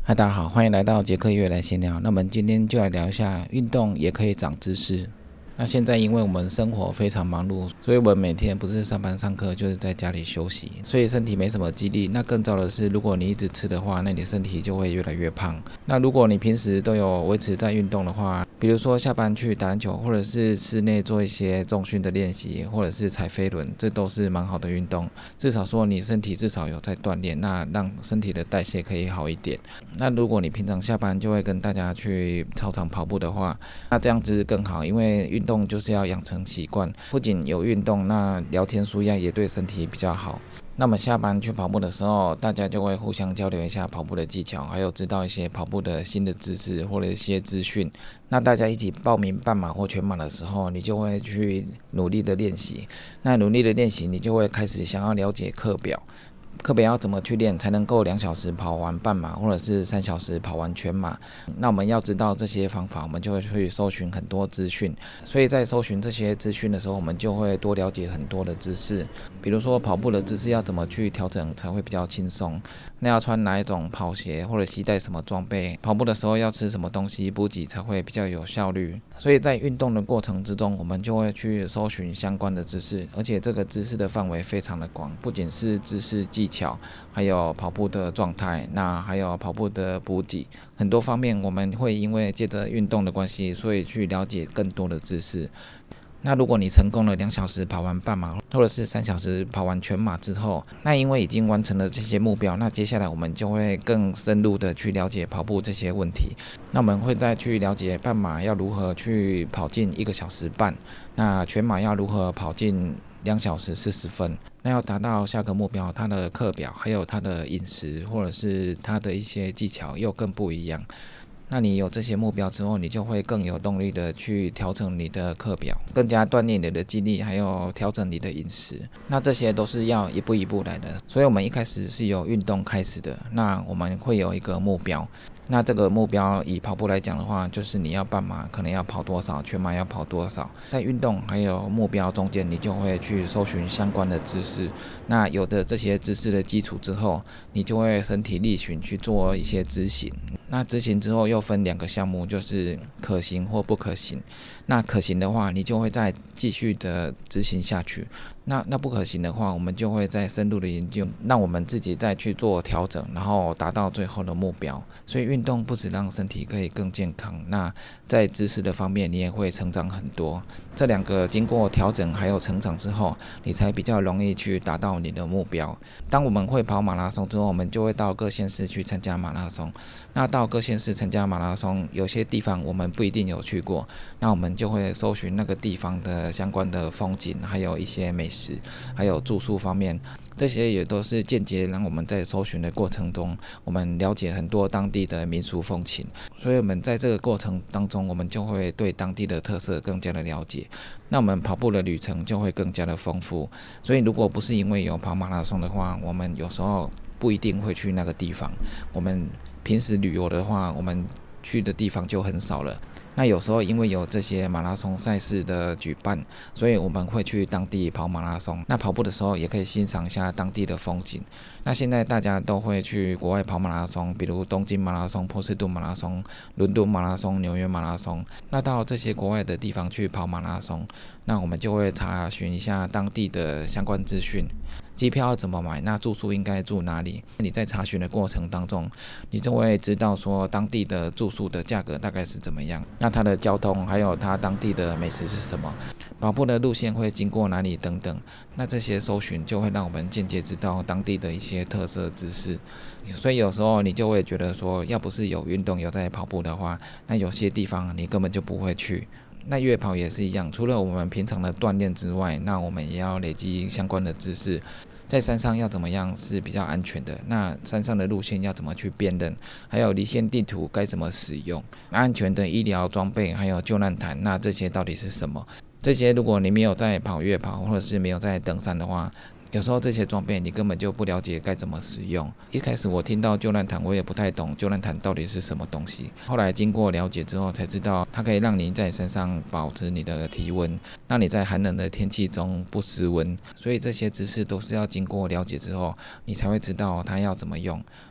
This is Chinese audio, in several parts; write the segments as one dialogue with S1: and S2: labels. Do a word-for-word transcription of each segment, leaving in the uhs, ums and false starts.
S1: 嗨，大家好，欢迎来到杰克越来闲聊。那我们今天就来聊一下，运动也可以长知识。那现在因为我们生活非常忙碌，所以我们每天不是上班上课，就是在家里休息，所以身体没什么肌力。那更糟的是，如果你一直吃的话，那你身体就会越来越胖。那如果你平时都有维持在运动的话，比如说下班去打篮球，或者是室内做一些重训的练习，或者是踩飞轮，这都是蛮好的运动。至少说你身体至少有在锻炼，那让身体的代谢可以好一点。那如果你平常下班就会跟大家去操场跑步的话，那这样子更好，因为运动就是要养成习惯，不仅有运动，那聊天舒压也对身体比较好。那么下班去跑步的时候，大家就会互相交流一下跑步的技巧，还有知道一些跑步的新的知识或者一些资讯。那大家一起报名半马或全马的时候，你就会去努力的练习。那努力的练习，你就会开始想要了解课表。课表要怎么去练才能够两小时跑完半马，或者是三小时跑完全马？那我们要知道这些方法，我们就会去搜寻很多资讯。所以在搜寻这些资讯的时候，我们就会多了解很多的知识。比如说跑步的姿势要怎么去调整才会比较轻松？那要穿哪一种跑鞋，或者携带什么装备？跑步的时候要吃什么东西补给才会比较有效率？所以在运动的过程之中，我们就会去搜寻相关的知识，而且这个知识的范围非常的广，不仅是知识技巧，还有跑步的状态，那还有跑步的补给，很多方面我们会因为借着运动的关系，所以去了解更多的知识。那如果你成功了两小时跑完半马，或者是三小时跑完全马之后，那因为已经完成了这些目标，那接下来我们就会更深入的去了解跑步这些问题。那我们会再去了解半马要如何去跑进一个小时半，那全马要如何跑进两小时四十分。那要达到下个目标，它的课表还有它的饮食，或者是它的一些技巧又更不一样。那你有这些目标之后，你就会更有动力的去调整你的课表，更加锻炼你的肌力，还有调整你的饮食。那这些都是要一步一步来的，所以我们一开始是由运动开始的。那我们会有一个目标，那这个目标以跑步来讲的话，就是你要半马可能要跑多少，全马要跑多少。在运动还有目标中间，你就会去搜寻相关的知识。那有的这些知识的基础之后，你就会身体力行去做一些执行。那执行之后又分两个项目，就是可行或不可行。那可行的话，你就会再继续的执行下去。那那不可行的话，我们就会再深入的研究，让我们自己再去做调整，然后达到最后的目标。所以运动不只让身体可以更健康，那在知识的方面你也会成长很多。这两个经过调整还有成长之后，你才比较容易去达到你的目标。当我们会跑马拉松之后，我们就会到各县市去参加马拉松。那到各县市参加马拉松，有些地方我们不一定有去过，那我们就会搜寻那个地方的相关的风景，还有一些美食，还有住宿方面，这些也都是间接让我们在搜寻的过程中，我们了解很多当地的民俗风情。所以我们在这个过程当中，我们就会对当地的特色更加的了解，那我们跑步的旅程就会更加的丰富。所以如果不是因为有跑马拉松的话，我们有时候不一定会去那个地方。我们平时旅游的话，我们去的地方就很少了。那有时候因为有这些马拉松赛事的举办，所以我们会去当地跑马拉松。那跑步的时候也可以欣赏一下当地的风景。那现在大家都会去国外跑马拉松，比如东京马拉松、波士顿马拉松、伦敦马拉松、纽约马拉松。那到这些国外的地方去跑马拉松，那我们就会查询一下当地的相关资讯。机票要怎么买？那住宿应该住哪里？你在查询的过程当中，你就会知道说当地的住宿的价格大概是怎么样，那它的交通还有它当地的美食是什么，跑步的路线会经过哪里等等。那这些搜寻就会让我们间接知道当地的一些特色知识。所以有时候你就会觉得说，要不是有运动有在跑步的话，那有些地方你根本就不会去。那越跑也是一样，除了我们平常的锻炼之外，那我们也要累积相关的知识。在山上要怎么样是比较安全的？那山上的路线要怎么去辨认？还有离线地图该怎么使用？安全的医疗装备，还有救难毯，那这些到底是什么？这些如果你没有在跑越跑，或者是没有在登山的话，有时候这些装备你根本就不了解该怎么使用。一开始我听到救难毯，我也不太懂救难毯到底是什么东西。后来经过了解之后，才知道它可以让你在身上保持你的体温，让你在寒冷的天气中不失温。所以这些知识都是要经过了解之后，你才会知道它要怎么用。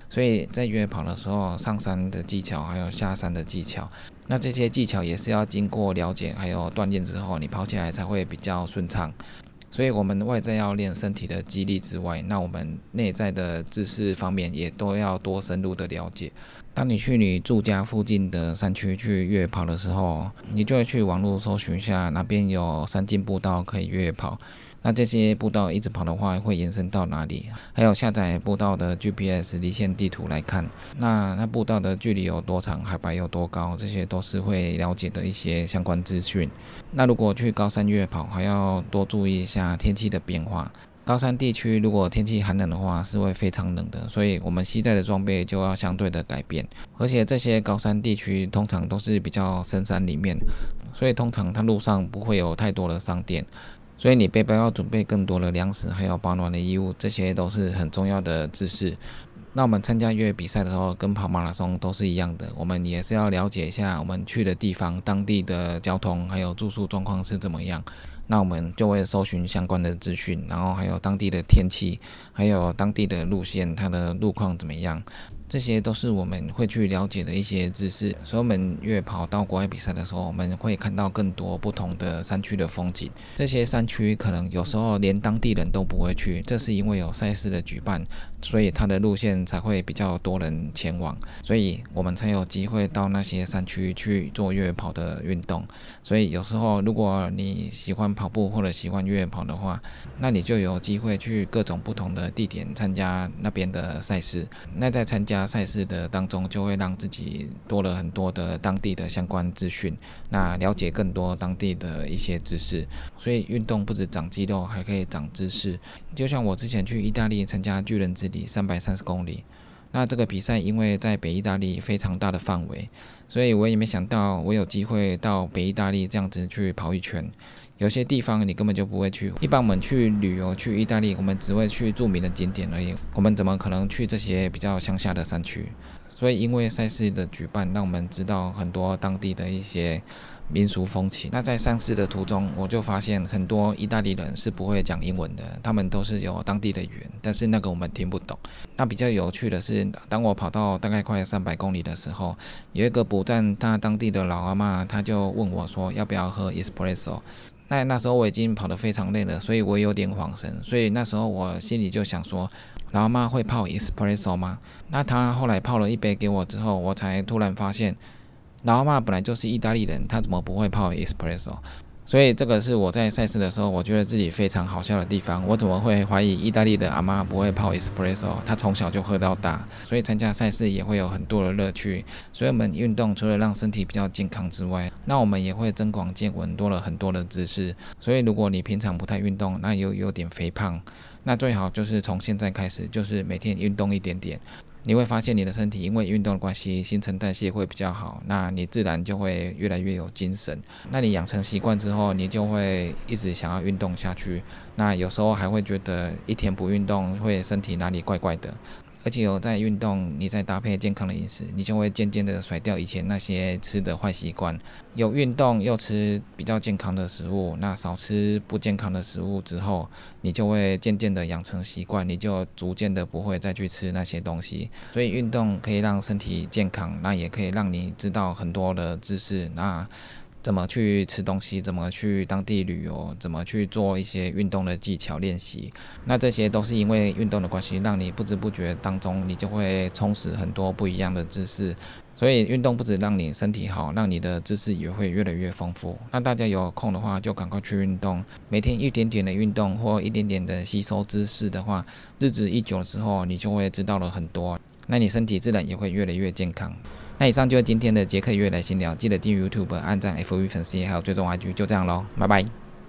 S1: 所以在越野跑的时候，上山的技巧还有下山的技巧，那这些技巧也是要经过了解还有锻炼之后，你跑起来才会比较顺畅。所以我们外在要练身体的肌力之外，那我们内在的知识方面也都要多深入的了解。当你去你住家附近的山区去越野跑的时候，你就会去网络搜寻一下哪边有山径步道可以越野跑。那这些步道一直跑的话，会延伸到哪里？还有下载步道的 G P S 离线地图来看，那那步道的距离有多长，海拔有多高，这些都是会了解的一些相关资讯。那如果去高山越野跑，还要多注意一下天气的变化。高山地区如果天气寒冷的话，是会非常冷的，所以我们携带的装备就要相对的改变。而且这些高山地区通常都是比较深山里面，所以通常它路上不会有太多的商店。所以你背包要准备更多的粮食，还有保暖的衣物，这些都是很重要的知识。那我们参加越野比赛的时候，跟跑马拉松都是一样的，我们也是要了解一下我们去的地方当地的交通还有住宿状况是怎么样。那我们就会搜寻相关的资讯，然后还有当地的天气，还有当地的路线，它的路况怎么样。这些都是我们会去了解的一些知识，所以我们越野跑到国外比赛的时候，我们会看到更多不同的山区的风景。这些山区可能有时候连当地人都不会去，这是因为有赛事的举办，所以它的路线才会比较多人前往，所以我们才有机会到那些山区去做越野跑的运动。所以有时候如果你喜欢跑步或者喜欢越野跑的话，那你就有机会去各种不同的地点参加那边的赛事。那在参加赛事的当中，就会让自己多了很多的当地的相关资讯，那了解更多当地的一些知识。所以运动不止长肌肉，还可以长知识。就像我之前去意大利参加巨人之旅三百三十公里，那这个比赛因为在北意大利非常大的范围，所以我也没想到我有机会到北意大利这样子去跑一圈。有些地方你根本就不会去，一般我们去旅游去意大利，我们只会去著名的景点而已，我们怎么可能去这些比较乡下的山区？所以因为赛事的举办，让我们知道很多当地的一些民俗风情。那在上市的途中，我就发现很多意大利人是不会讲英文的，他们都是有当地的语言，但是那个我们听不懂。那比较有趣的是，当我跑到大概快三百公里的时候，有一个补站他当地的老阿嬷，他就问我说要不要喝 espresso。那那时候我已经跑得非常累了，所以我有点恍神，所以那时候我心里就想说，老阿嬷会泡 espresso 吗？那他后来泡了一杯给我之后，我才突然发现，老阿嬷本来就是意大利人，他怎么不会泡 espresso？ 所以这个是我在赛事的时候，我觉得自己非常好笑的地方。我怎么会怀疑意大利的阿嬷不会泡 espresso？ 她从小就喝到大，所以参加赛事也会有很多的乐趣。所以我们运动除了让身体比较健康之外，那我们也会增广见闻，多了很多的知识。所以如果你平常不太运动，那又有点肥胖，那最好就是从现在开始，就是每天运动一点点。你会发现你的身体因为运动的关系，新陈代谢会比较好，那你自然就会越来越有精神。那你养成习惯之后，你就会一直想要运动下去。那有时候还会觉得一天不运动会身体哪里怪怪的。而且有在运动，你再搭配健康的饮食，你就会渐渐的甩掉以前那些吃的坏习惯。有运动又吃比较健康的食物，那少吃不健康的食物之后，你就会渐渐的养成习惯，你就逐渐的不会再去吃那些东西。所以运动可以让身体健康，那也可以让你知道很多的知识。那怎么去吃东西，怎么去当地旅游，怎么去做一些运动的技巧练习，那这些都是因为运动的关系，让你不知不觉当中你就会充实很多不一样的知识。所以运动不止让你身体好，让你的知识也会越来越丰富。那大家有空的话就赶快去运动，每天一点点的运动或一点点的吸收知识的话，日子一久之后你就会知道了很多，那你身体自然也会越来越健康。那以上就是今天的杰克越来闲聊，记得订阅 YouTube、按赞 F B 粉丝页还有追踪 I G， 就这样咯，拜拜。